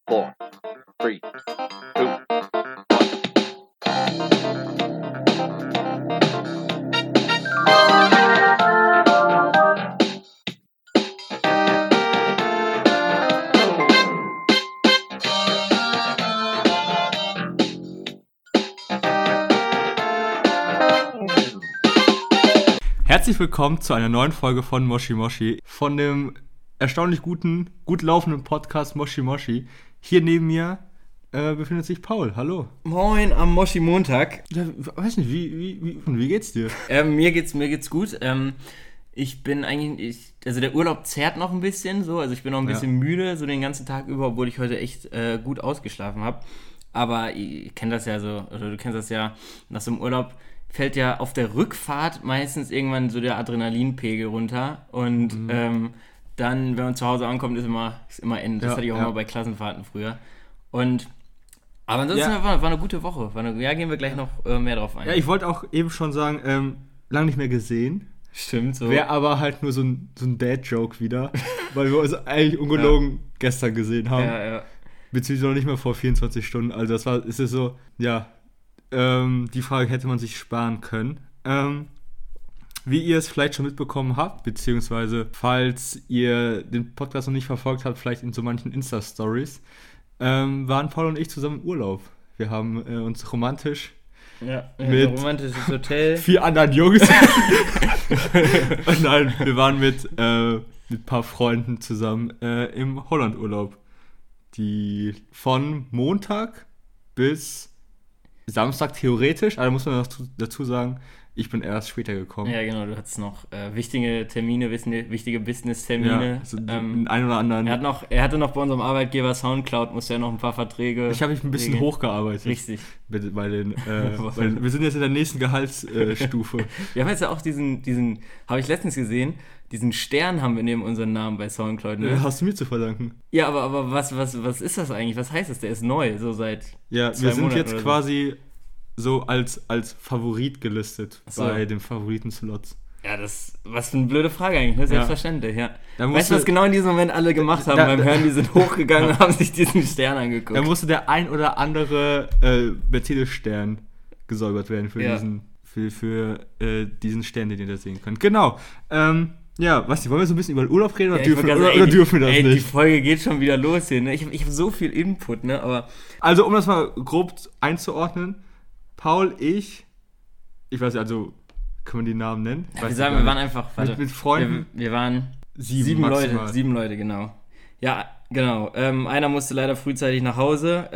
4, 3, 2. Herzlich willkommen zu einer neuen Folge von Moshi Moshi, von dem erstaunlich gut laufenden Podcast Moshi Moshi. Hier neben mir befindet sich Paul. Hallo. Moin am Moshi Montag. Ja, weiß nicht, wie geht's dir? Mir geht's gut. Ich bin eigentlich, also der Urlaub zerrt noch ein bisschen so, also ich bin noch ein bisschen müde so den ganzen Tag über, obwohl ich heute echt gut ausgeschlafen habe. Aber ich kenne das ja so, oder du kennst das ja, nach so einem Urlaub fällt ja auf der Rückfahrt meistens irgendwann so der Adrenalinpegel runter und dann, wenn man zu Hause ankommt, ist immer Ende. Das hatte ich auch mal bei Klassenfahrten früher. Aber ansonsten war eine gute Woche. Gehen wir gleich noch mehr drauf ein. Ja, ich wollte auch eben schon sagen, lange nicht mehr gesehen. Stimmt, so. Wäre aber halt nur so ein Dad-Joke wieder, weil wir uns eigentlich ungelogen gestern gesehen haben. Ja. Beziehungsweise noch nicht mal vor 24 Stunden. Also ist es so, die Frage hätte man sich sparen können. Wie ihr es vielleicht schon mitbekommen habt, beziehungsweise falls ihr den Podcast noch nicht verfolgt habt, vielleicht in so manchen Insta-Stories, waren Paul und ich zusammen im Urlaub. Wir haben uns romantisch mit ein romantisches Hotel 4 anderen Jungs nein, wir waren mit ein paar Freunden zusammen im Holland-Urlaub. Die von Montag bis Samstag theoretisch, aber muss man dazu sagen, ich bin erst später gekommen. Ja, genau, du hattest noch wichtige Termine, wichtige Business-Termine. Ja, also den einen oder anderen. Er hatte noch bei unserem Arbeitgeber Soundcloud, musste ja noch ein paar Verträge. Ich habe mich ein bisschen hochgearbeitet. Richtig. Weil wir sind jetzt in der nächsten Gehaltsstufe. Wir haben jetzt ja auch diesen, habe ich letztens gesehen, diesen Stern haben wir neben unserem Namen bei Soundcloud. Ne? Hast du mir zu verdanken. Ja, aber was ist das eigentlich? Was heißt das? Der ist neu, so seit 2 wir sind Monaten jetzt quasi so als Favorit gelistet bei den Favoriten-Slots. Ja, was für eine blöde Frage eigentlich, ne? Selbstverständlich, ja. Weißt du, was genau in diesem Moment alle gemacht haben beim Hören? Die sind hochgegangen und haben sich diesen Stern angeguckt. Da musste der ein oder andere Mercedes-Stern gesäubert werden für diesen Stern, den ihr da sehen könnt. Genau. Wollen wir so ein bisschen über den Urlaub reden oder dürfen wir das nicht? Die Folge geht schon wieder los hier, ne? Ich hab so viel Input, ne? Aber also, um das mal grob einzuordnen, Paul, ich weiß nicht, also können wir die Namen nennen? Ja, wir waren einfach mit Freunden. Wir waren 7 Leute. 7 Leute, genau. Ja, genau. Einer musste leider frühzeitig nach Hause,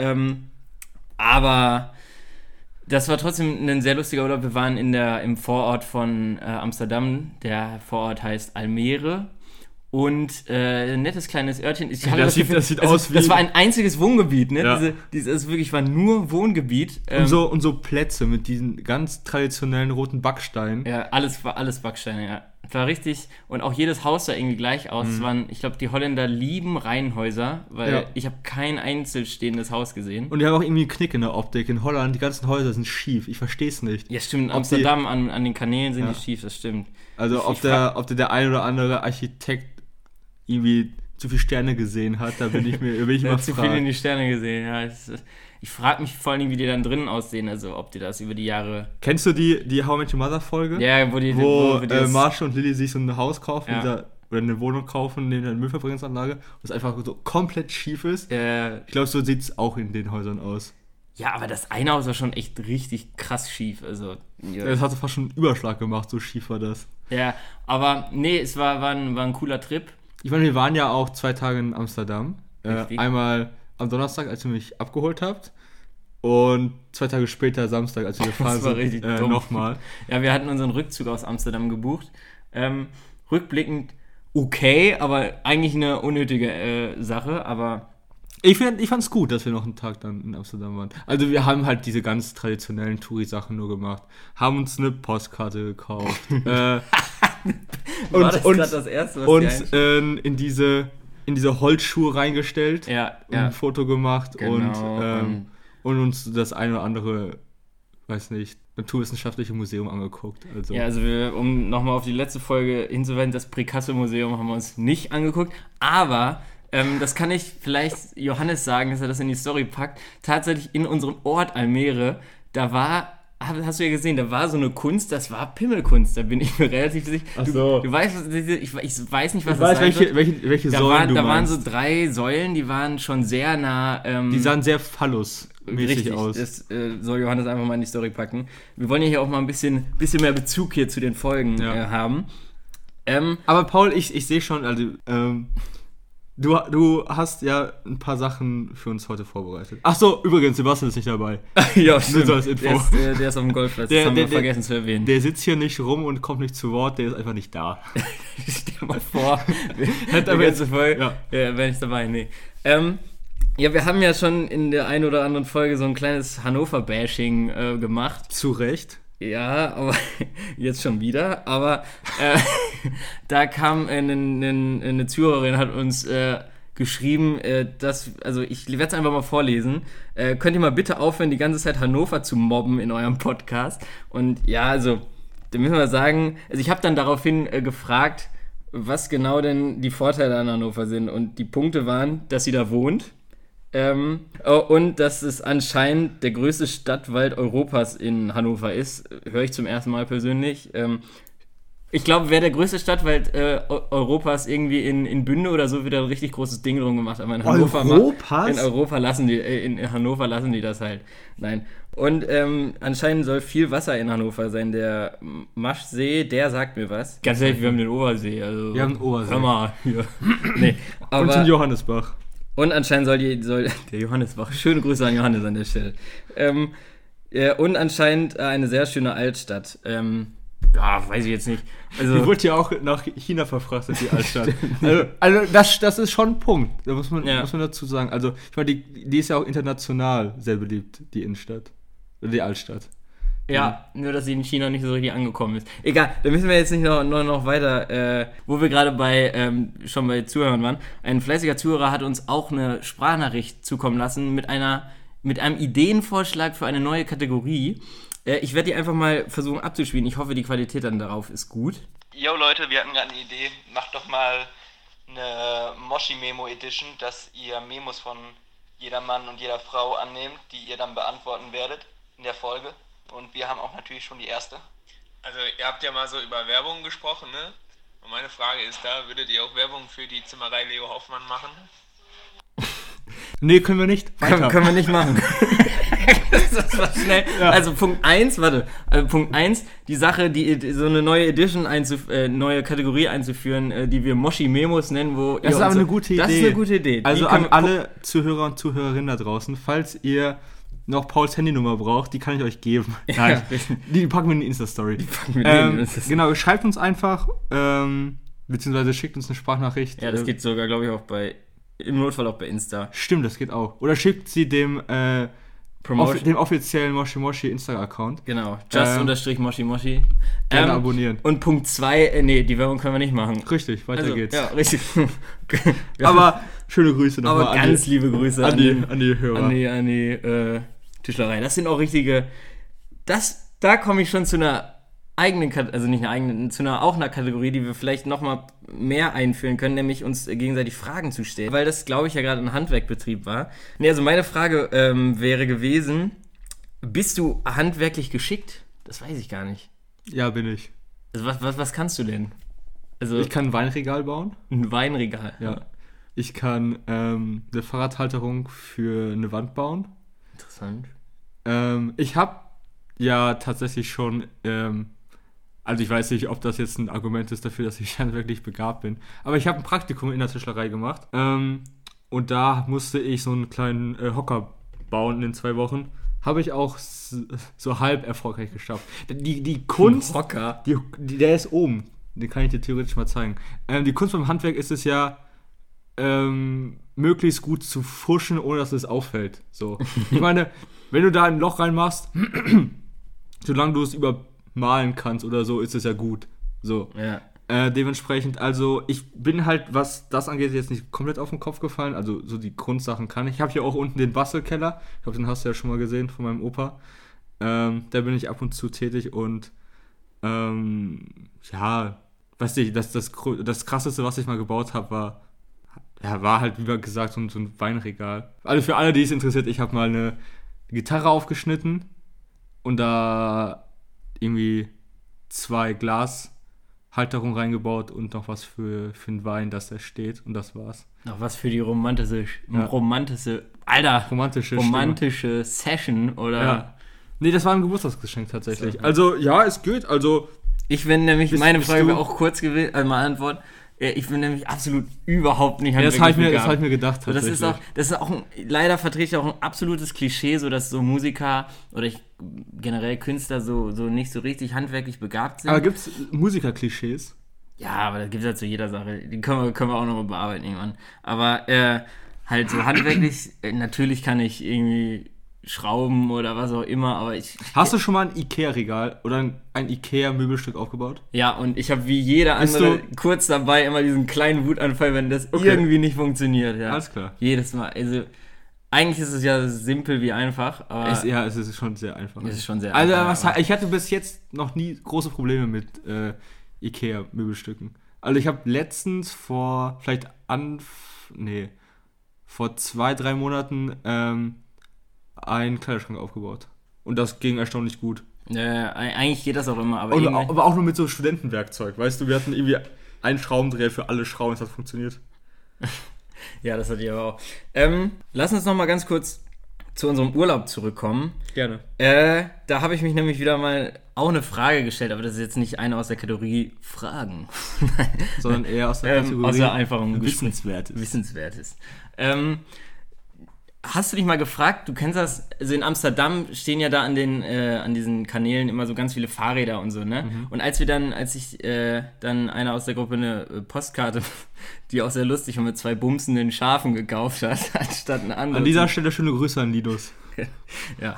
aber das war trotzdem ein sehr lustiger Urlaub. Wir waren im Vorort von Amsterdam. Der Vorort heißt Almere. Und ein nettes kleines Örtchen. Das sieht aus wie... Das war ein einziges Wohngebiet, ne? Ja. War nur Wohngebiet. Und so Plätze mit diesen ganz traditionellen roten Backsteinen. Ja, alles Backsteine, ja. War richtig, und auch jedes Haus sah irgendwie gleich aus. Ich glaube, die Holländer lieben Reihenhäuser, weil ich habe kein einzelstehendes Haus gesehen. Und die haben auch irgendwie einen Knick in der Optik. In Holland, die ganzen Häuser sind schief. Ich verstehe es nicht. Ja, stimmt, in Amsterdam an den Kanälen sind die schief, das stimmt. Also ob der ein oder andere Architekt irgendwie zu viele Sterne gesehen hat, da bin ich immer zu viel in die Sterne gesehen, ja. Ich frage mich vor allem, wie die dann drinnen aussehen, also ob die das über die Jahre... Kennst du die How I Met Your Mother Folge? Ja, wo Marshall und Lily sich so ein Haus kaufen, oder eine Wohnung kaufen, neben der Müllverbrennungsanlage, und es einfach so komplett schief ist. Ich glaube, so sieht es auch in den Häusern aus. Ja, aber das eine Haus war schon echt richtig krass schief, also... Ja. Das hat fast schon einen Überschlag gemacht, so schief war das. Ja, aber nee, es war ein cooler Trip. Ich meine, wir waren ja auch 2 Tage in Amsterdam. Einmal am Donnerstag, als ihr mich abgeholt habt. Und 2 Tage später, Samstag, als wir gefahren sind, nochmal. Ja, wir hatten unseren Rückzug aus Amsterdam gebucht. Rückblickend okay, aber eigentlich eine unnötige Sache, aber... Ich fand's gut, dass wir noch einen Tag dann in Amsterdam waren. Also wir haben halt diese ganz traditionellen Touri-Sachen nur gemacht. Haben uns eine Postkarte gekauft. Das Erste, was in diese Holzschuhe reingestellt, und ein Foto gemacht, genau, und uns das eine oder andere, weiß nicht, Naturwissenschaftliche Museum angeguckt. Also. Ja, also um nochmal auf die letzte Folge hinzuweisen, das Picasso-Museum haben wir uns nicht angeguckt, aber Das kann ich vielleicht Johannes sagen, dass er das in die Story packt. Tatsächlich in unserem Ort Almere, da war, hast du ja gesehen, da war so eine Kunst, das war Pimmelkunst, da bin ich mir relativ sicher. Ach so. Du weißt, ich weiß nicht, was Ich das weiß, sein wird. welche Säulen Da waren meinst. so 3 Säulen, die waren schon sehr nah. Die sahen sehr phallusmäßig aus. Das soll Johannes einfach mal in die Story packen. Wir wollen ja hier auch mal ein bisschen mehr Bezug hier zu den Folgen haben. Aber Paul, ich sehe schon, also du hast ja ein paar Sachen für uns heute vorbereitet. Ach so, übrigens, Sebastian ist nicht dabei. Ja, stimmt. So als Info. Der ist auf dem Golfplatz, das haben wir vergessen zu erwähnen. Der sitzt hier nicht rum und kommt nicht zu Wort, der ist einfach nicht da. Stell dir mal vor, Hätte aber jetzt Folge, wäre nicht dabei, nee. Ja, wir haben ja schon in der einen oder anderen Folge so ein kleines Hannover-Bashing gemacht. Zu Recht. Ja, aber jetzt schon wieder. Aber da kam eine Zuhörerin, hat uns geschrieben, also ich werde es einfach mal vorlesen. Könnt ihr mal bitte aufhören, die ganze Zeit Hannover zu mobben in eurem Podcast? Und ja, also, da müssen wir sagen, also ich habe dann daraufhin gefragt, was genau denn die Vorteile an Hannover sind. Und die Punkte waren, dass sie da wohnt. Und dass es anscheinend der größte Stadtwald Europas in Hannover ist, höre ich zum ersten Mal persönlich. Ich glaube, wäre der größte Stadtwald Europas irgendwie in Bünde oder so, wieder ein richtig großes Ding drum gemacht. Aber in Hannover Europas? In Hannover lassen die das halt. Nein. Und anscheinend soll viel Wasser in Hannover sein. Der Maschsee, der sagt mir was. Ganz ehrlich, wir haben den Obersee. Also, Wir haben den Obersee. Hör mal, hier. Nee, aber, Und den Johannesbach. und anscheinend soll der Johannesbach, schöne Grüße an Johannes an der Stelle. Und anscheinend eine sehr schöne Altstadt. Weiß ich jetzt nicht. Also, Die wurde ja auch nach China verfrachtet, die Altstadt. also das ist schon ein Punkt. Da muss man dazu sagen. Also, ich meine, die ist ja auch international sehr beliebt, die Innenstadt. Oder die Altstadt. ja, nur dass sie in China nicht so richtig angekommen ist. Egal, da müssen wir jetzt nicht noch weiter, wo wir gerade schon bei Zuhörern waren. Ein fleißiger Zuhörer hat uns auch eine Sprachnachricht zukommen lassen mit einem Ideenvorschlag für eine neue Kategorie. Ich werde die einfach mal versuchen abzuspielen. Ich hoffe, die Qualität dann darauf ist gut. Yo Leute, wir hatten gerade eine Idee. Macht doch mal eine Moshi-Memo-Edition, dass ihr Memos von jeder Mann und jeder Frau annehmt, die ihr dann beantworten werdet in der Folge. Und wir haben auch natürlich schon die erste. Also ihr habt ja mal so über Werbung gesprochen, ne? Und meine Frage ist da, würdet ihr auch Werbung für die Zimmerei Leo Hoffmann machen? Nee, können wir nicht. Weiter. Können wir nicht machen. Das war schnell. Ja. Also Punkt 1, die Sache, so eine neue Edition neue Kategorie einzuführen, die wir Moshi-Memos nennen, Das ist aber eine gute Idee. Das ist eine gute Idee. Also an alle Zuhörer und Zuhörerinnen da draußen, falls ihr noch Pauls Handynummer braucht, die kann ich euch geben. Nein, die packen wir in die Insta-Story. Genau, schreibt uns einfach, beziehungsweise schickt uns eine Sprachnachricht. Ja, das geht sogar, glaube ich, auch im Notfall auch bei Insta. Stimmt, das geht auch. Oder schickt sie dem offiziellen Moshi Moshi Insta-Account. Genau, just_Moshi Moshi. Gerne abonnieren. Und Punkt 2, die Werbung können wir nicht machen. Richtig, weiter geht's. Ja, richtig. Aber schöne Grüße nochmal an ganz liebe Grüße an die Hörer. An die Tischlerei. Das sind auch richtige. Da komme ich schon zu einer eigenen, also nicht einer eigenen, zu einer Kategorie, die wir vielleicht nochmal mehr einführen können, nämlich uns gegenseitig Fragen zu stellen. Weil das, glaube ich, ja gerade ein Handwerkbetrieb war. Also meine Frage wäre gewesen, bist du handwerklich geschickt? Das weiß ich gar nicht. Ja, bin ich. Also was kannst du denn? Also ich kann ein Weinregal bauen. Ein Weinregal? Ja. Ich kann eine Fahrradhalterung für eine Wand bauen. Interessant. Ich habe ja tatsächlich schon also ich weiß nicht, ob das jetzt ein Argument ist dafür, dass ich handwerklich begabt bin. Aber ich habe ein Praktikum in der Tischlerei gemacht. Und da musste ich so einen kleinen Hocker bauen in 2 Wochen. Habe ich auch so halb erfolgreich geschafft. Die Kunst... Hocker? Der ist oben. Den kann ich dir theoretisch mal zeigen. Die Kunst beim Handwerk ist es ja, möglichst gut zu fuschen, ohne dass es auffällt. So. Ich meine, wenn du da ein Loch reinmachst, solange du es übermalen kannst oder so, ist es ja gut. So. Ja. Dementsprechend, also ich bin halt, was das angeht, jetzt nicht komplett auf den Kopf gefallen. Also so die Grundsachen kann ich. Ich habe hier auch unten den Bastelkeller. Ich glaube, den hast du ja schon mal gesehen von meinem Opa. Da bin ich ab und zu tätig und ja, weiß nicht, das Krasseste, was ich mal gebaut habe, ja, war halt, wie gesagt, so ein Weinregal. Also für alle, die es interessiert, ich habe mal eine Gitarre aufgeschnitten und da irgendwie 2 Glashalterungen reingebaut und noch was für einen Wein, dass der steht, und das war's. Noch was für die romantische Session, oder? Ja. Nee, das war ein Geburtstagsgeschenk tatsächlich. So. Also, ja, es geht. Also, ich bin nämlich, meine Frage wäre auch kurz gewesen, also mal Antwort. Ich bin nämlich absolut überhaupt nicht handwerklich begabt. Das habe ich mir gedacht. So, das ist auch leider vertrete ich auch ein absolutes Klischee, so dass so Musiker oder generell Künstler so nicht so richtig handwerklich begabt sind. Aber gibt es Musiker-Klischees? Ja, aber das gibt es ja zu jeder Sache. Die können wir auch nochmal bearbeiten irgendwann. Aber halt so handwerklich, natürlich kann ich irgendwie Schrauben oder was auch immer, aber Hast du schon mal ein Ikea-Regal oder ein Ikea-Möbelstück aufgebaut? Ja, und ich habe wie jeder andere kurz dabei immer diesen kleinen Wutanfall, wenn das irgendwie nicht funktioniert. Ja. Alles klar. Jedes Mal. Also, eigentlich ist es ja simpel wie einfach, aber... Es ist schon sehr einfach. Es ist schon sehr einfach. Also, ich hatte bis jetzt noch nie große Probleme mit Ikea-Möbelstücken. Also, ich habe letztens vor 2-3 Monaten einen Kleiderschrank aufgebaut. Und das ging erstaunlich gut. Eigentlich geht das auch immer. Aber auch nur mit so Studentenwerkzeug. Weißt du, wir hatten irgendwie einen Schraubendreher für alle Schrauben, das hat funktioniert. Ja, das hatte ich aber auch. Lass uns noch mal ganz kurz zu unserem Urlaub zurückkommen. Gerne. Da habe ich mich nämlich wieder mal auch eine Frage gestellt, aber das ist jetzt nicht eine aus der Kategorie Fragen. Sondern eher aus der Kategorie aus der einfachen Wissenswertes. Hast du dich mal gefragt, du kennst das, also in Amsterdam stehen ja da an diesen Kanälen immer so ganz viele Fahrräder und so, ne? Mhm. Und als ich dann einer aus der Gruppe eine Postkarte, die auch sehr lustig war, mit 2 bumsenden Schafen gekauft hat, anstatt ein anderes. An dieser Stelle schöne Grüße an Linus. Ja.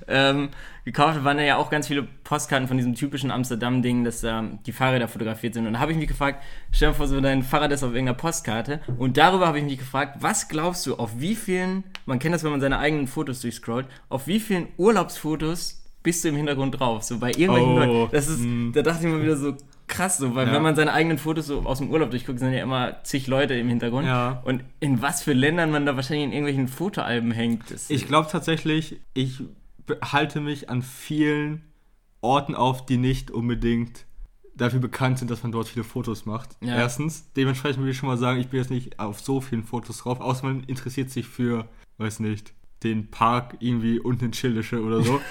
Gekauft waren ja auch ganz viele Postkarten von diesem typischen Amsterdam-Ding, dass da die Fahrräder fotografiert sind. Und da habe ich mich gefragt, stell dir vor, so dein Fahrrad ist auf irgendeiner Postkarte. Und darüber habe ich mich gefragt, was glaubst du, auf wie vielen, man kennt das, wenn man seine eigenen Fotos durchscrollt, auf wie vielen Urlaubsfotos bist du im Hintergrund drauf? So bei irgendwelchen Leuten. Da dachte ich mir wieder so, krass, so, weil wenn man seine eigenen Fotos so aus dem Urlaub durchguckt, sind ja immer zig Leute im Hintergrund. Ja. Und in was für Ländern man da wahrscheinlich in irgendwelchen Fotoalben hängt. Ich glaube tatsächlich, ich halte mich an vielen Orten auf, die nicht unbedingt dafür bekannt sind, dass man dort viele Fotos macht. Ja. Erstens. Dementsprechend würde ich schon mal sagen, ich bin jetzt nicht auf so vielen Fotos drauf, außer man interessiert sich für, weiß nicht, den Park irgendwie unten in Schildische oder so.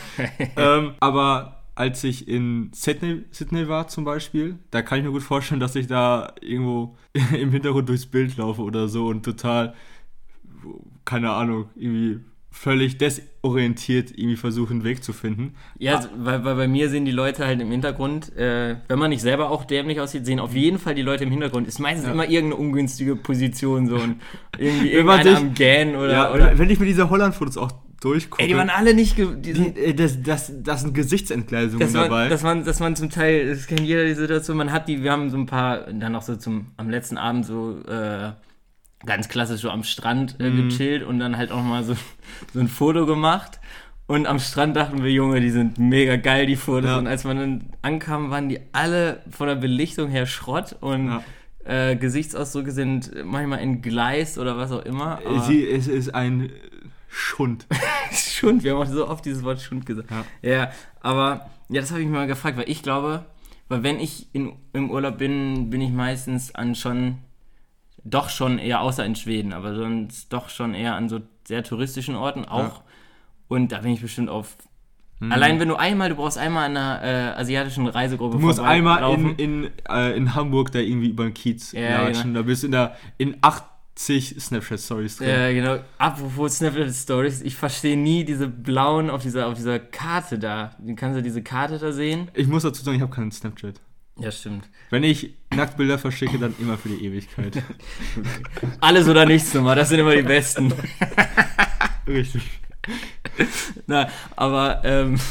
Aber als ich in Sydney war zum Beispiel, da kann ich mir gut vorstellen, dass ich da irgendwo im Hintergrund durchs Bild laufe oder so und total, keine Ahnung, irgendwie völlig desorientiert irgendwie versuche, einen Weg zu finden. Ja, weil bei mir sehen die Leute halt im Hintergrund, wenn man nicht selber auch dämlich aussieht, sehen auf jeden Fall die Leute im Hintergrund. Ist meistens immer irgendeine ungünstige Position so und irgendwie irgendeiner am Gähnen oder... Wenn ich mir diese Holland-Fotos auch durchgucke... die waren alle nicht... Das sind Gesichtsentgleisungen dabei. Dass man zum Teil, das kennt jeder die Situation, wir haben so ein paar, dann auch so am letzten Abend so... ganz klassisch so am Strand gechillt und dann halt auch mal so ein Foto gemacht. Und am Strand dachten wir, Junge, die sind mega geil, die Fotos. Ja. Und als man dann ankam, waren die alle von der Belichtung her Schrott und Gesichtsausdrücke sind manchmal entgleist oder was auch immer. Es ist ein Schund. Schund, wir haben auch so oft dieses Wort Schund gesagt. Ja, aber das habe ich mir mal gefragt, weil ich glaube, wenn ich im Urlaub bin ich meistens doch schon eher, außer in Schweden, aber sonst doch schon eher an so sehr touristischen Orten auch. Ja. Und da bin ich bestimmt auf... Allein wenn du brauchst einmal an einer asiatischen Reisegruppe Du musst einmal in Hamburg da irgendwie über den Kiez latschen. Genau. Da bist du in 80 Snapchat-Stories drin. Ja, genau. Apropos Snapchat-Stories, ich verstehe nie diese blauen auf dieser Karte da. Kannst du diese Karte da sehen? Ich muss dazu sagen, ich habe keinen Snapchat. Ja, stimmt. Wenn ich Nacktbilder verschicke, dann immer für die Ewigkeit. Alles oder nichts nochmal, das sind immer die besten. Richtig. Na, aber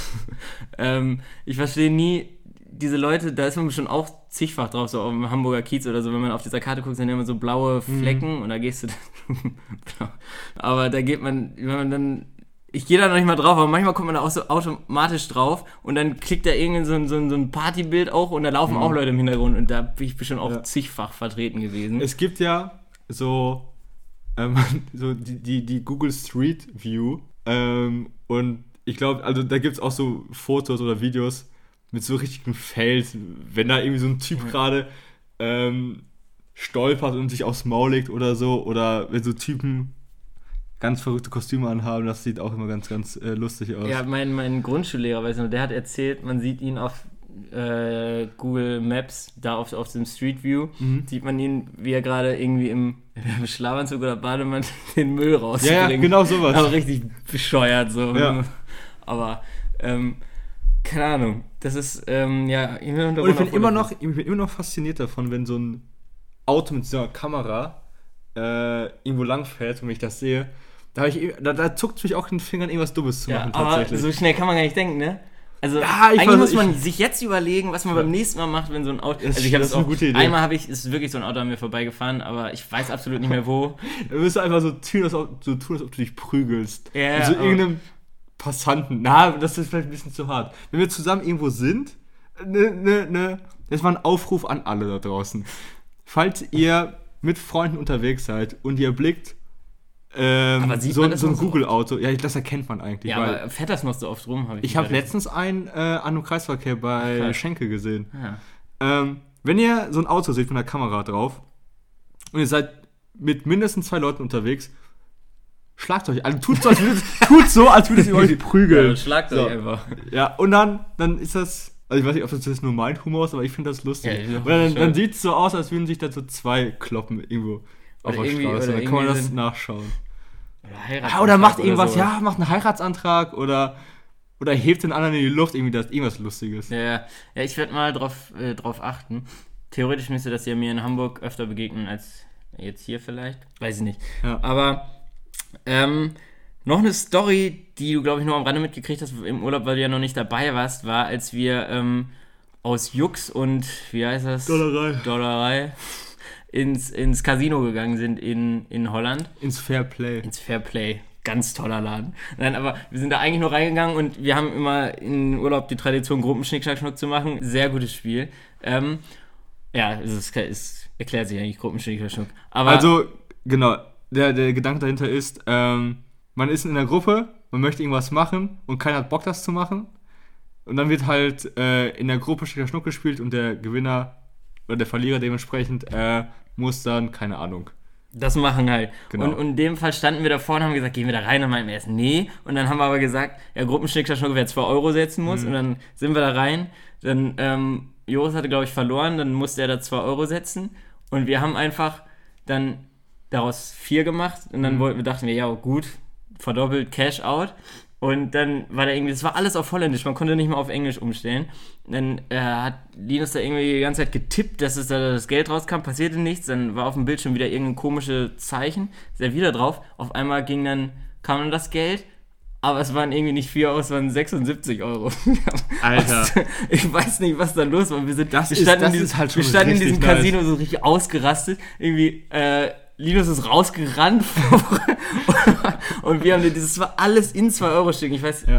ich verstehe nie diese Leute, da ist man schon auch zigfach drauf, so auf dem Hamburger Kiez oder so, wenn man auf dieser Karte guckt, sind immer so blaue Flecken und da gehst du dann, aber da geht man, wenn man dann, ich gehe da noch nicht mal drauf, aber manchmal kommt man da auch so automatisch drauf und dann klickt da irgend so ein Partybild auch und da laufen auch Leute im Hintergrund und da bin ich bestimmt auch zigfach vertreten gewesen. Es gibt ja so so die Google Street View. Und ich glaube, also da gibt es auch so Fotos oder Videos mit so richtigen Fails, wenn da irgendwie so ein Typ gerade stolpert und sich aufs Maul legt oder so, oder wenn so Typen ganz verrückte Kostüme anhaben, das sieht auch immer ganz, ganz lustig aus. Ja, mein Grundschullehrer, weiß noch, der hat erzählt, man sieht ihn auf Google Maps, da auf dem Street View, sieht man ihn, wie er gerade irgendwie im Schlafanzug oder Bademantel den Müll rausbringt. Ja, genau sowas. Aber richtig bescheuert so. Ja. Aber, keine Ahnung, das ist, ja... Und ich bin immer noch fasziniert davon, wenn so ein Auto mit so einer Kamera irgendwo langfährt und wenn ich das sehe, da zuckt es mich auch in den Fingern, irgendwas Dummes zu machen, tatsächlich. Aber so schnell kann man gar nicht denken, ne? Also ja, eigentlich muss man sich jetzt überlegen, was man beim nächsten Mal macht, wenn so ein Auto... Das ist eine gute Idee. Einmal ist wirklich so ein Auto an mir vorbeigefahren, aber ich weiß absolut nicht mehr wo. Du wirst einfach so tun, als ob du dich prügelst. Ja, mit so irgendeinem Passanten. Na, das ist vielleicht ein bisschen zu hart. Wenn wir zusammen irgendwo sind, das war ein Aufruf an alle da draußen. Falls ihr mit Freunden unterwegs seid und ihr blickt aber sieht so man das ein noch so Google-Auto, ja, das erkennt man eigentlich. Ja, aber fährt das noch so oft rum? Ich habe letztens einen an einem Kreisverkehr bei Schenke gesehen. Ja. Wenn ihr so ein Auto seht mit einer Kamera drauf und ihr seid mit mindestens 2 Leuten unterwegs, schlagt euch. Also tut so, als würdet ihr euch prügeln. Ja, schlagt euch einfach. Ja, und dann ist das... Also ich weiß nicht, ob das jetzt nur mein Humor ist, aber ich finde das lustig. Ja, und dann sieht es so aus, als würden sich da so 2 kloppen irgendwo auf der Straße. Dann kann man das nachschauen. Oder macht irgendwas, oder macht einen Heiratsantrag oder hebt den anderen in die Luft, irgendwas Lustiges. Ja, ich werde mal drauf achten. Theoretisch müsste das ja mir in Hamburg öfter begegnen als jetzt hier vielleicht. Weiß ich nicht. Ja. Aber noch eine Story, die du, glaube ich, nur am Rande mitgekriegt hast im Urlaub, weil du ja noch nicht dabei warst, war, als wir aus Jux und, wie heißt das? Dollerei ins Casino gegangen sind in Holland. Ins Fair Play. Ins Fair Play. Ganz toller Laden. Nein, aber wir sind da eigentlich nur reingegangen und wir haben immer in Urlaub die Tradition, Gruppenschnick-Schnack-Schnuck zu machen. Sehr gutes Spiel. Ja, es erklärt sich eigentlich, Gruppenschnick-Schnack-Schnuck. Also, genau, der Gedanke dahinter ist, man ist in einer Gruppe, man möchte irgendwas machen und keiner hat Bock, das zu machen. Und dann wird halt in der Gruppe Schnick-Schnack-Schnuck gespielt und der Gewinner oder der Verlierer dementsprechend muss dann, keine Ahnung. Das machen halt. Genau. Und in dem Fall standen wir davor und haben gesagt, gehen wir da rein? Und meinten wir erst, nee. Und dann haben wir aber gesagt, ja, Gruppenschnick-Schnack-Schnuck, wer 2 Euro setzen muss. Und dann sind wir da rein. Dann, Joris hatte, glaube ich, verloren. Dann musste er da 2 Euro setzen. Und wir haben einfach dann daraus 4 gemacht. Und dann dachten wir, ja, gut, verdoppelt, Cash out. Und dann war da irgendwie, das war alles auf Holländisch, man konnte nicht mal auf Englisch umstellen. Dann hat Linus da irgendwie die ganze Zeit getippt, dass da das Geld rauskam, passierte nichts. Dann war auf dem Bildschirm wieder irgendein komisches Zeichen, ist er wieder drauf. Auf einmal kam dann das Geld, aber es waren irgendwie nicht 4 Euro, es waren 76 Euro. Alter. Ich weiß nicht, was da los war. Wir standen in diesem nice. Casino so richtig ausgerastet. Irgendwie, Linus ist rausgerannt und wir haben das war alles in 2-Euro-Stücken. Ich weiß,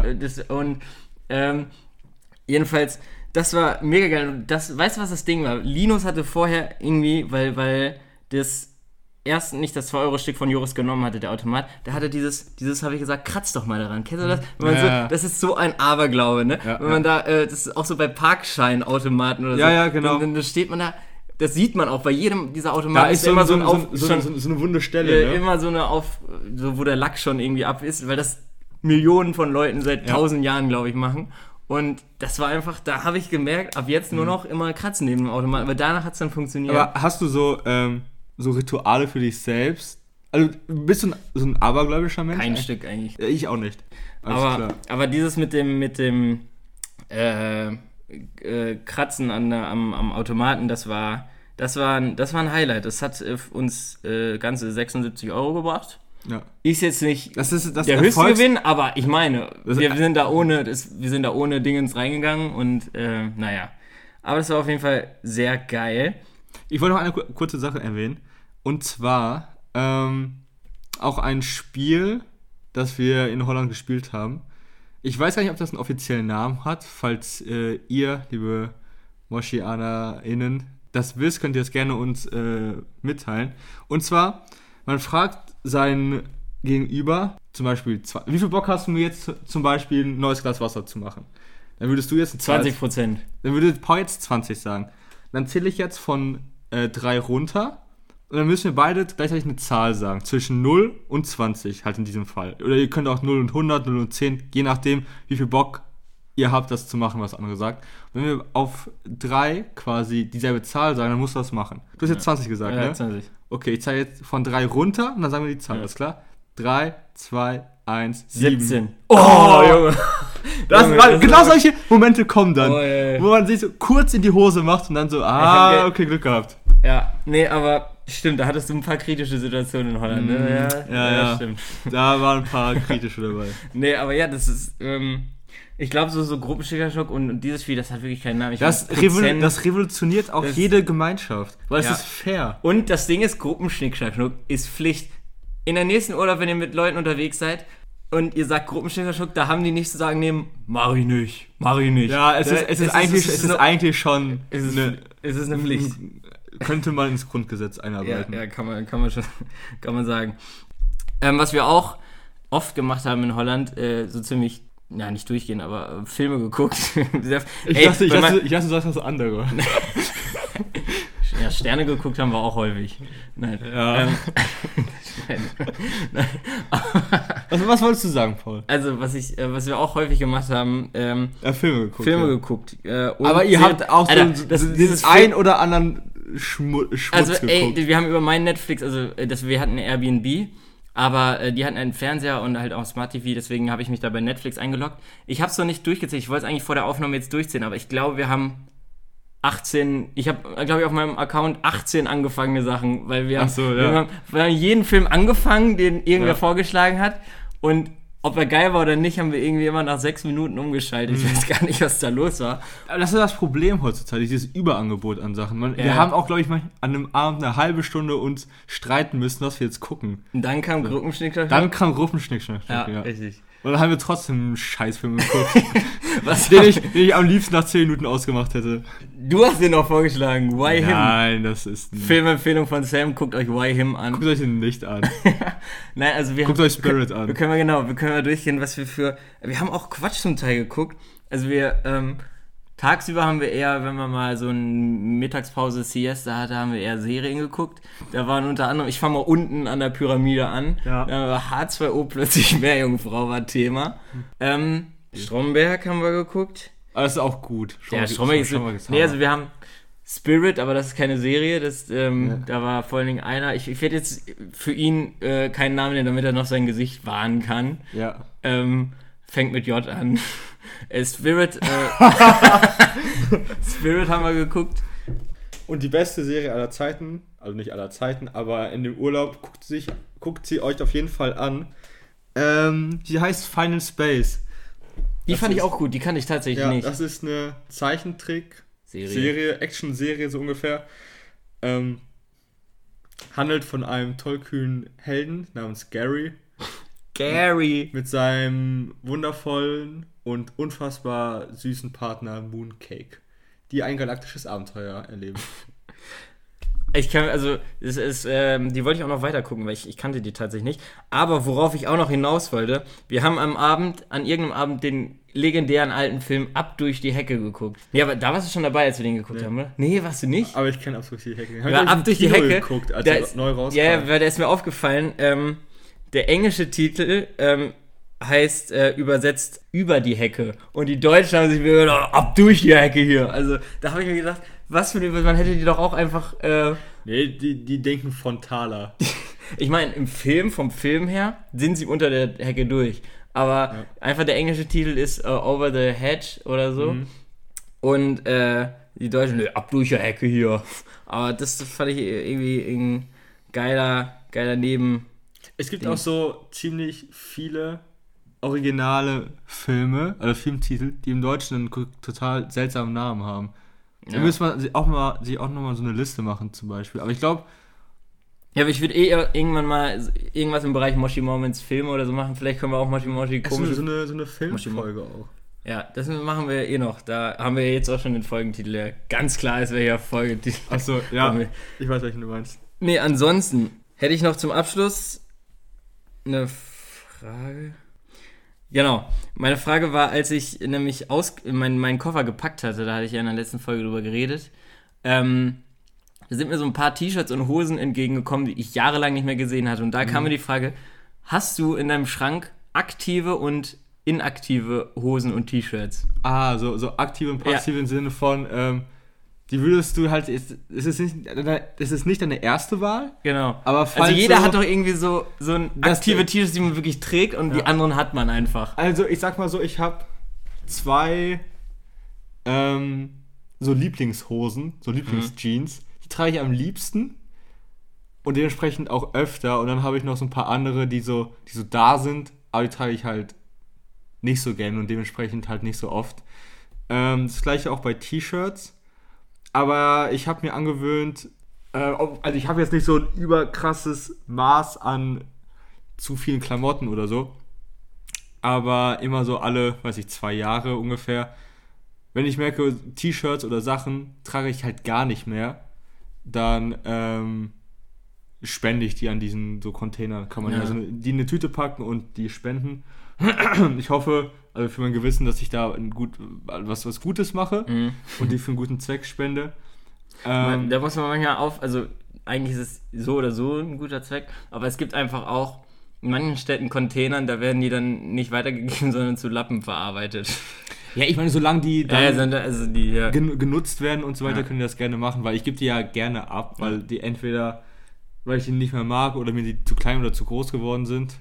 jedenfalls, das war mega geil. Und weißt du, was das Ding war? Linus hatte vorher irgendwie, weil das erst nicht das 2-Euro-Stück von Joris genommen hatte, der Automat, der hatte dieses habe ich gesagt, kratz doch mal daran. Kennst du das? Das ist so ein Aberglaube, ne? Ja, wenn man da, das ist auch so bei Parkscheinautomaten oder so. Ja, genau. Dann steht man da. Das sieht man auch, bei jedem dieser Automaten da ist immer so eine wunde Stelle, ne? Immer so wo der Lack schon irgendwie ab ist, weil das Millionen von Leuten seit 1000 Jahren, glaube ich, machen. Und das war einfach, da habe ich gemerkt, ab jetzt nur noch immer kratzen neben dem Automaten, aber danach hat es dann funktioniert. Aber hast du so Rituale für dich selbst? Also bist du so ein abergläubischer Mensch? Kein Stück eigentlich. Ich auch nicht. Klar. Aber dieses mit dem Kratzen am Automaten, das war ein Highlight. Das hat uns ganze 76 Euro gebracht. Ja. Ist jetzt nicht das der höchste Gewinn, aber ich meine, wir sind da ohne Dingens reingegangen und naja. Aber das war auf jeden Fall sehr geil. Ich wollte noch eine kurze Sache erwähnen. Und zwar auch ein Spiel, das wir in Holland gespielt haben. Ich weiß gar nicht, ob das einen offiziellen Namen hat. Falls ihr, liebe MoschianerInnen, das wisst, könnt ihr das gerne uns mitteilen. Und zwar, man fragt sein Gegenüber, zum Beispiel, wie viel Bock hast du mir jetzt zum Beispiel ein neues Glas Wasser zu machen? Dann würdest du jetzt 20%. Dann würde Paul jetzt 20 sagen. Dann zähle ich jetzt von 3 runter und dann müssen wir beide gleichzeitig eine Zahl sagen. Zwischen 0 und 20 halt in diesem Fall. Oder ihr könnt auch 0 und 100, 0 und 10, je nachdem, wie viel Bock ihr habt, das zu machen, was andere sagt. Wenn wir auf 3 quasi dieselbe Zahl sagen, dann musst du das machen. Du hast jetzt 20 gesagt, Ja, ne? 20. Okay, ich zeige jetzt von 3 runter und dann sagen wir die Zahl, Ja. alles klar? 3, 2, 1, 7. 17. Oh, Junge. Genau solche Momente kommen dann, Oh, ja. wo man sich so kurz in die Hose macht und dann so, okay, Glück gehabt. Ja, nee, aber stimmt, da hattest du ein paar kritische Situationen in Holland, ne? Ja. Stimmt. Da waren ein paar kritische dabei. Nee, aber ja, das ist, ich glaube, so Gruppenstickerschock und dieses Spiel, das hat wirklich keinen Namen. Das revolutioniert auch jede Gemeinschaft, weil es ist fair. Und das Ding ist, Gruppenschnickschnack ist Pflicht. In der nächsten Urlaub, wenn ihr mit Leuten unterwegs seid und ihr sagt Gruppenschnickschnack, da haben die nicht zu sagen, mach ich nicht. Ja, es ist eigentlich schon es ist eine Pflicht. Könnte man ins Grundgesetz einarbeiten. Ja, kann man sagen. Was wir auch oft gemacht haben in Holland, so ziemlich, nicht durchgehen, aber Filme geguckt. Ich dachte, du sagst was anderes. Ja, Sterne geguckt haben wir auch häufig. Nein. Ja. Was wolltest du sagen, Paul? Also, was wir auch häufig gemacht haben, Filme geguckt. Und aber ihr habt auch dieses ein oder anderen Schmutz geguckt. Wir haben über meinen Netflix, wir hatten ein Airbnb, aber die hatten einen Fernseher und halt auch Smart TV, deswegen habe ich mich da bei Netflix eingeloggt. Ich habe es noch nicht durchgezählt, ich wollte es eigentlich vor der Aufnahme jetzt durchziehen, aber ich glaube, wir haben 18, ich habe, glaube ich, auf meinem Account 18 angefangene Sachen, weil wir haben jeden Film angefangen, den irgendwer vorgeschlagen hat, und ob er geil war oder nicht, haben wir irgendwie immer nach 6 Minuten umgeschaltet. Ich weiß gar nicht, was da los war. Aber das ist das Problem heutzutage, dieses Überangebot an Sachen. Wir haben auch, glaube ich, mal an einem Abend eine halbe Stunde uns streiten müssen, was wir jetzt gucken. Und dann kam Gruppenschnickschnack. Ja, richtig. Und dann haben wir trotzdem einen Scheißfilm geguckt, den ich am liebsten nach 10 Minuten ausgemacht hätte. Du hast den noch vorgeschlagen, Why Him? Nein, das ist ein Filmempfehlung von Sam, guckt euch Why Him an. Guckt euch den nicht an. Nein, also guckt euch Spirit an. Wir können mal durchgehen, was wir haben auch Quatsch zum Teil geguckt. Also tagsüber haben wir eher, wenn man mal so eine Mittagspause Siesta hatte, haben wir eher Serien geguckt. Da waren unter anderem, ich fange mal unten an der Pyramide an, da war H2O plötzlich Meerjungfrau war Thema. Stromberg haben wir geguckt. Aber das ist auch gut. Stromberg ist nee, also wir haben Spirit, aber das ist keine Serie, da war vor allen Dingen einer, ich werde jetzt für ihn keinen Namen nennen, damit er noch sein Gesicht wahren kann. Ja. Fängt mit J an. Spirit haben wir geguckt. Und die beste Serie aller Zeiten, also nicht aller Zeiten, aber in dem Urlaub, guckt sie euch auf jeden Fall an. Die heißt Final Space. Die fand ich auch gut, die kannte ich tatsächlich nicht. Das ist eine Zeichentrick-Serie, Action-Serie so ungefähr. Handelt von einem tollkühnen Helden namens Gary. Mit seinem wundervollen und unfassbar süßen Partner Mooncake, die ein galaktisches Abenteuer erleben. Die wollte ich auch noch weiter gucken, weil ich kannte die tatsächlich nicht. Aber worauf ich auch noch hinaus wollte, wir haben an irgendeinem Abend den legendären alten Film Ab durch die Hecke geguckt. Nee, aber da warst du schon dabei, als wir den geguckt haben, oder? Nee, warst du nicht? Aber ich kenne Ab durch die Hecke. Ab durch die Hecke geguckt, als er neu rauskam. Ja, weil der ist mir aufgefallen, der englische Titel heißt übersetzt über die Hecke. Und die Deutschen haben sich mir gedacht, ab durch die Hecke hier. Also da habe ich mir gedacht, man hätte die doch auch einfach... Nee, die denken frontaler. Ich meine, vom Film her sind sie unter der Hecke durch. Aber einfach der englische Titel ist Over the Hedge oder so. Mhm. Und die Deutschen, ab durch die Hecke hier. Aber das fand ich irgendwie ein geiler Neben... Es gibt auch so ziemlich viele originale Filme, oder Filmtitel, die im Deutschen einen total seltsamen Namen haben. Ja. Da müssen wir sich auch nochmal so eine Liste machen zum Beispiel. Aber ich glaube... Ja, aber ich würde irgendwann mal irgendwas im Bereich Moshi Moments Filme oder so machen. Vielleicht können wir auch Moshi komische... So eine Filmfolge auch. Ja, das machen wir noch. Da haben wir jetzt auch schon den Folgentitel, der ganz klar ist, welcher Folgentitel. Achso, ja, ich weiß, welchen du meinst. Nee, ansonsten hätte ich noch zum Abschluss eine Frage. Genau, meine Frage war, als ich nämlich meinen Koffer gepackt hatte, da hatte ich ja in der letzten Folge drüber geredet, da sind mir so ein paar T-Shirts und Hosen entgegengekommen, die ich jahrelang nicht mehr gesehen hatte. Und da kam mir die Frage, hast du in deinem Schrank aktive und inaktive Hosen und T-Shirts? So aktive und passive im Sinne von, die würdest du halt, es ist nicht deine erste Wahl. Genau. Aber also jeder hat doch irgendwie so ein aktive T-Shirts, die man wirklich trägt und die anderen hat man einfach. Also ich sag mal so, ich habe 2 so Lieblingshosen, so Lieblingsjeans. Die trage ich am liebsten und dementsprechend auch öfter. Und dann habe ich noch so ein paar andere, die so da sind, aber die trage ich halt nicht so gerne und dementsprechend halt nicht so oft. Das gleiche auch bei T-Shirts. Aber ich habe mir angewöhnt, also ich habe jetzt nicht so ein überkrasses Maß an zu vielen Klamotten oder so, aber immer so alle, 2 Jahre ungefähr, wenn ich merke, T-Shirts oder Sachen trage ich halt gar nicht mehr, dann spende ich die an diesen so Containern. Kann man ja also die in eine Tüte packen und die spenden. Ich hoffe, also für mein Gewissen, dass ich da was Gutes mache und die für einen guten Zweck spende. Da muss man manchmal also eigentlich ist es so oder so ein guter Zweck, aber es gibt einfach auch in manchen Städten Containern, da werden die dann nicht weitergegeben, sondern zu Lappen verarbeitet. Ja, ich meine, solange die dann genutzt werden und so weiter, können die das gerne machen, weil ich gebe die ja gerne ab, weil die entweder, weil ich die nicht mehr mag oder mir die zu klein oder zu groß geworden sind.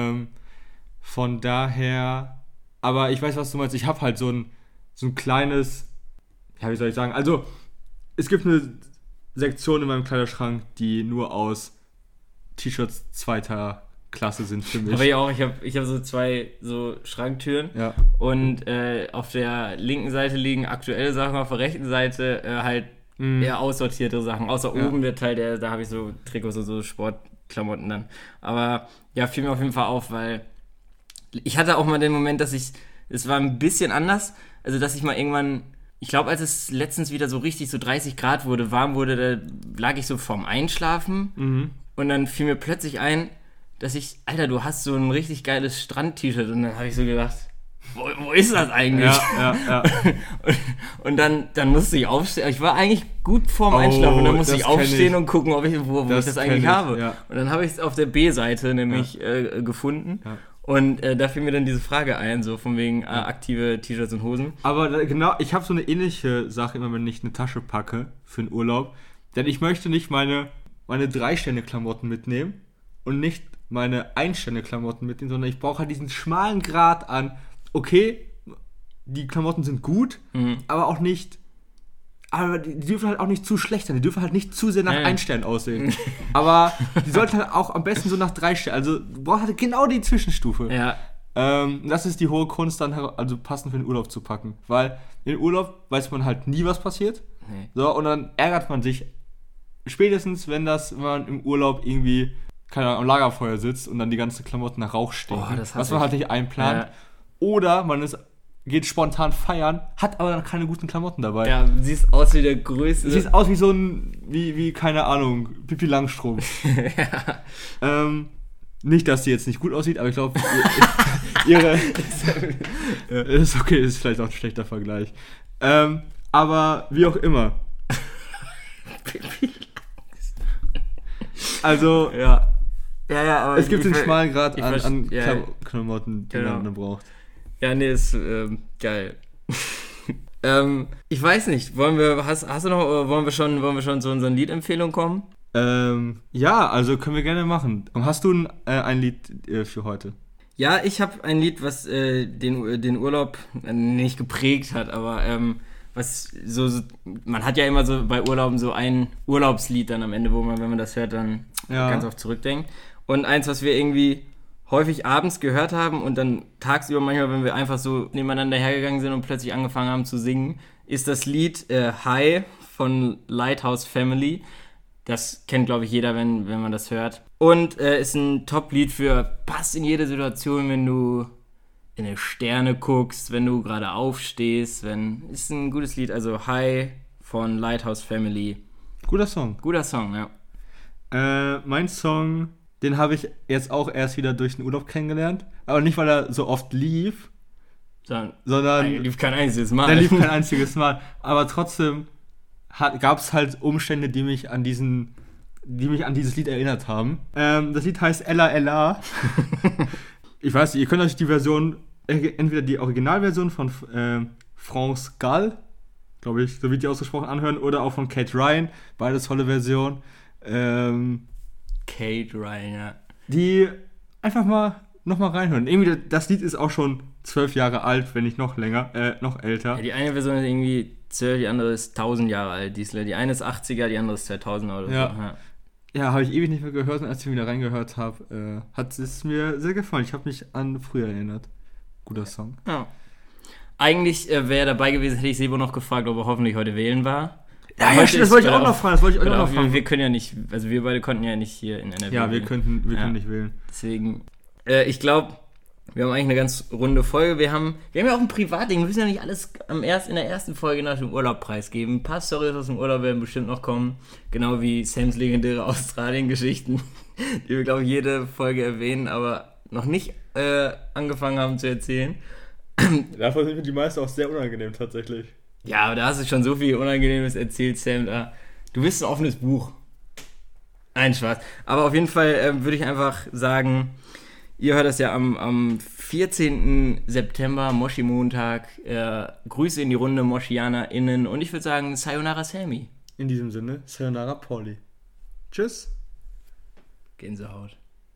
Von daher, aber ich weiß, was du meinst. Ich habe halt so ein kleines, wie soll ich sagen, also es gibt eine Sektion in meinem Kleiderschrank, die nur aus T-Shirts zweiter Klasse sind für mich. Aber ich hab so 2 so Schranktüren und auf der linken Seite liegen aktuelle Sachen, auf der rechten Seite halt eher aussortierte Sachen. Außer oben der Teil, da habe ich so Trikots und so Sportklamotten dann. Aber ja, fiel mir auf jeden Fall auf, weil ich hatte auch mal den Moment, es war ein bisschen anders, also dass ich mal irgendwann, ich glaube, als es letztens wieder so richtig so 30 Grad warm wurde, da lag ich so vorm Einschlafen und dann fiel mir plötzlich ein, dass Alter, du hast so ein richtig geiles Strand-T-Shirt und dann habe ich so gedacht, wo ist das eigentlich? Ja. Und dann musste ich aufstehen. Ich war eigentlich gut vorm Einschlafen und dann musste ich aufstehen und gucken, wo ich das eigentlich habe. Ja. Und dann habe ich es auf der B-Seite nämlich gefunden. Ja. Und da fiel mir dann diese Frage ein, so von wegen aktive T-Shirts und Hosen. Aber genau, ich habe so eine ähnliche Sache immer, wenn ich eine Tasche packe für einen Urlaub. Denn ich möchte nicht meine 3-Sterne-Klamotten mitnehmen und nicht meine 1-Sterne-Klamotten mitnehmen, sondern ich brauche halt diesen schmalen Grat an, okay, die Klamotten sind gut, aber auch nicht, aber die dürfen halt auch nicht zu schlecht sein, die dürfen halt nicht zu sehr nach 1 Stern aussehen. Aber die sollten halt auch am besten so nach 3 Sternen, also du brauchst halt genau die Zwischenstufe. Ja. Das ist die hohe Kunst, dann also passend für den Urlaub zu packen, weil in Urlaub weiß man halt nie, was passiert. Nee. So, und dann ärgert man sich spätestens, wenn man im Urlaub irgendwie, keine Ahnung, am Lagerfeuer sitzt und dann die ganzen Klamotten nach Rauch stinken, was man halt nicht einplant. Ja. Oder man geht spontan feiern, hat aber dann keine guten Klamotten dabei. Ja, siehst aus wie der Größte. Siehst aus wie so ein, wie keine Ahnung, Pippi Langstrumpf. Ja. Nicht, dass die jetzt nicht gut aussieht, aber ich glaube, ihre ist okay, ist vielleicht auch ein schlechter Vergleich. Aber wie auch immer. Also, ja, aber es gibt einen schmalen Grad an Klamotten, die man dann braucht. Ja, nee, ist geil. Ich weiß nicht, hast du noch, oder wollen wir schon zu unseren Liedempfehlungen kommen? Ja, also können wir gerne machen. Hast du ein Lied für heute? Ja, ich habe ein Lied, was den Urlaub nicht geprägt hat, aber was so, man hat ja immer so bei Urlauben so ein Urlaubslied dann am Ende, wo man, wenn man das hört, dann ganz oft zurückdenkt. Und eins, was wir irgendwie häufig abends gehört haben und dann tagsüber manchmal, wenn wir einfach so nebeneinander hergegangen sind und plötzlich angefangen haben zu singen, ist das Lied High von Lighthouse Family. Das kennt, glaube ich, jeder, wenn man das hört. Und ist ein Top-Lied passt in jede Situation, wenn du in die Sterne guckst, wenn du gerade aufstehst, ist ein gutes Lied. Also High von Lighthouse Family. Guter Song. Guter Song, ja. Mein Song Den habe ich jetzt auch erst wieder durch den Urlaub kennengelernt. Aber nicht, weil er so oft lief, sondern... Er lief kein einziges Mal. Der lief kein einziges Mal. Aber trotzdem gab es halt Umstände, die mich an dieses Lied erinnert haben. Das Lied heißt Ella Ella. Ich weiß nicht, ihr könnt euch die Version, entweder die Originalversion von France Gall, glaube ich, so wird die ausgesprochen, anhören, oder auch von Kate Ryan, beides tolle Version. Kate Ryan, ja. Die einfach mal nochmal reinhören. Irgendwie, das Lied ist auch schon 12 Jahre alt, wenn nicht noch älter. Ja, die eine Version ist irgendwie 12, die andere ist 1000 Jahre alt. Die eine ist 80er, die andere ist 2000er oder Ja. so. Ja. Ja, habe ich ewig nicht mehr gehört und als ich wieder reingehört habe, hat es mir sehr gefallen. Ich habe mich an früher erinnert. Guter Song. Ja. Eigentlich wäre er dabei gewesen, hätte ich Sebo noch gefragt, ob er hoffentlich heute wählen war. Ja, das wollte ich auch noch fragen. Wir können ja nicht, also wir beide konnten ja nicht hier in NRW Ja, wir wählen. können nicht wählen. Deswegen, ich glaube, wir haben eigentlich eine ganz runde Folge. Wir haben ja auch ein Privatding. Wir müssen ja nicht alles in der ersten Folge nach dem Urlaub preisgeben. Ein paar Storys aus dem Urlaub werden bestimmt noch kommen. Genau wie Sams legendäre Australien-Geschichten, die wir, glaube ich, jede Folge erwähnen, aber noch nicht angefangen haben zu erzählen. Davon sind mir die meisten auch sehr unangenehm tatsächlich. Ja, aber da hast du schon so viel Unangenehmes erzählt, Sam. Du bist ein offenes Buch. Ein Spaß. Aber auf jeden Fall würde ich einfach sagen, ihr hört das ja am 14. September, Moshi-Montag. Grüße in die Runde MoschianerInnen. Und ich würde sagen, Sayonara Sammy. In diesem Sinne, Sayonara Pauli. Tschüss. Gänsehaut.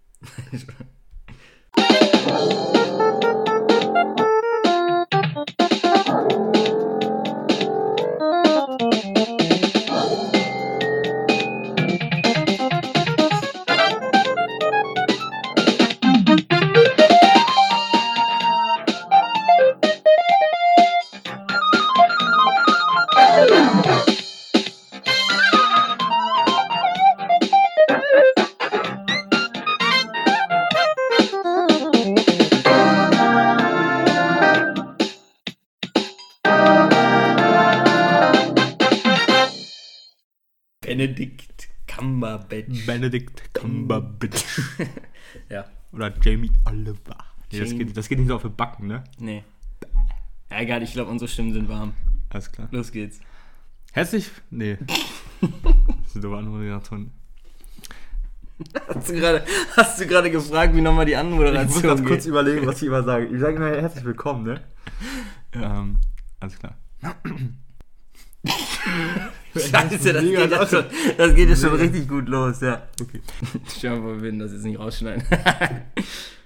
Benedict Cumberbatch. Ja. Oder Jamie Oliver. Nee, das geht nicht so auf den Backen, ne? Nee. Ja, egal, ich glaube, unsere Stimmen sind warm. Alles klar. Los geht's. Nee. Das ist aber Anmoderation. Hast du gerade gefragt, wie nochmal die Anmoderation Ich muss ganz kurz überlegen, was ich immer sage. Ich sage immer herzlich willkommen, ne? Ja. Alles klar. Scheiße, das geht ja schon richtig gut los, ja. Okay. Schau mal, wir werden das jetzt nicht rausschneiden.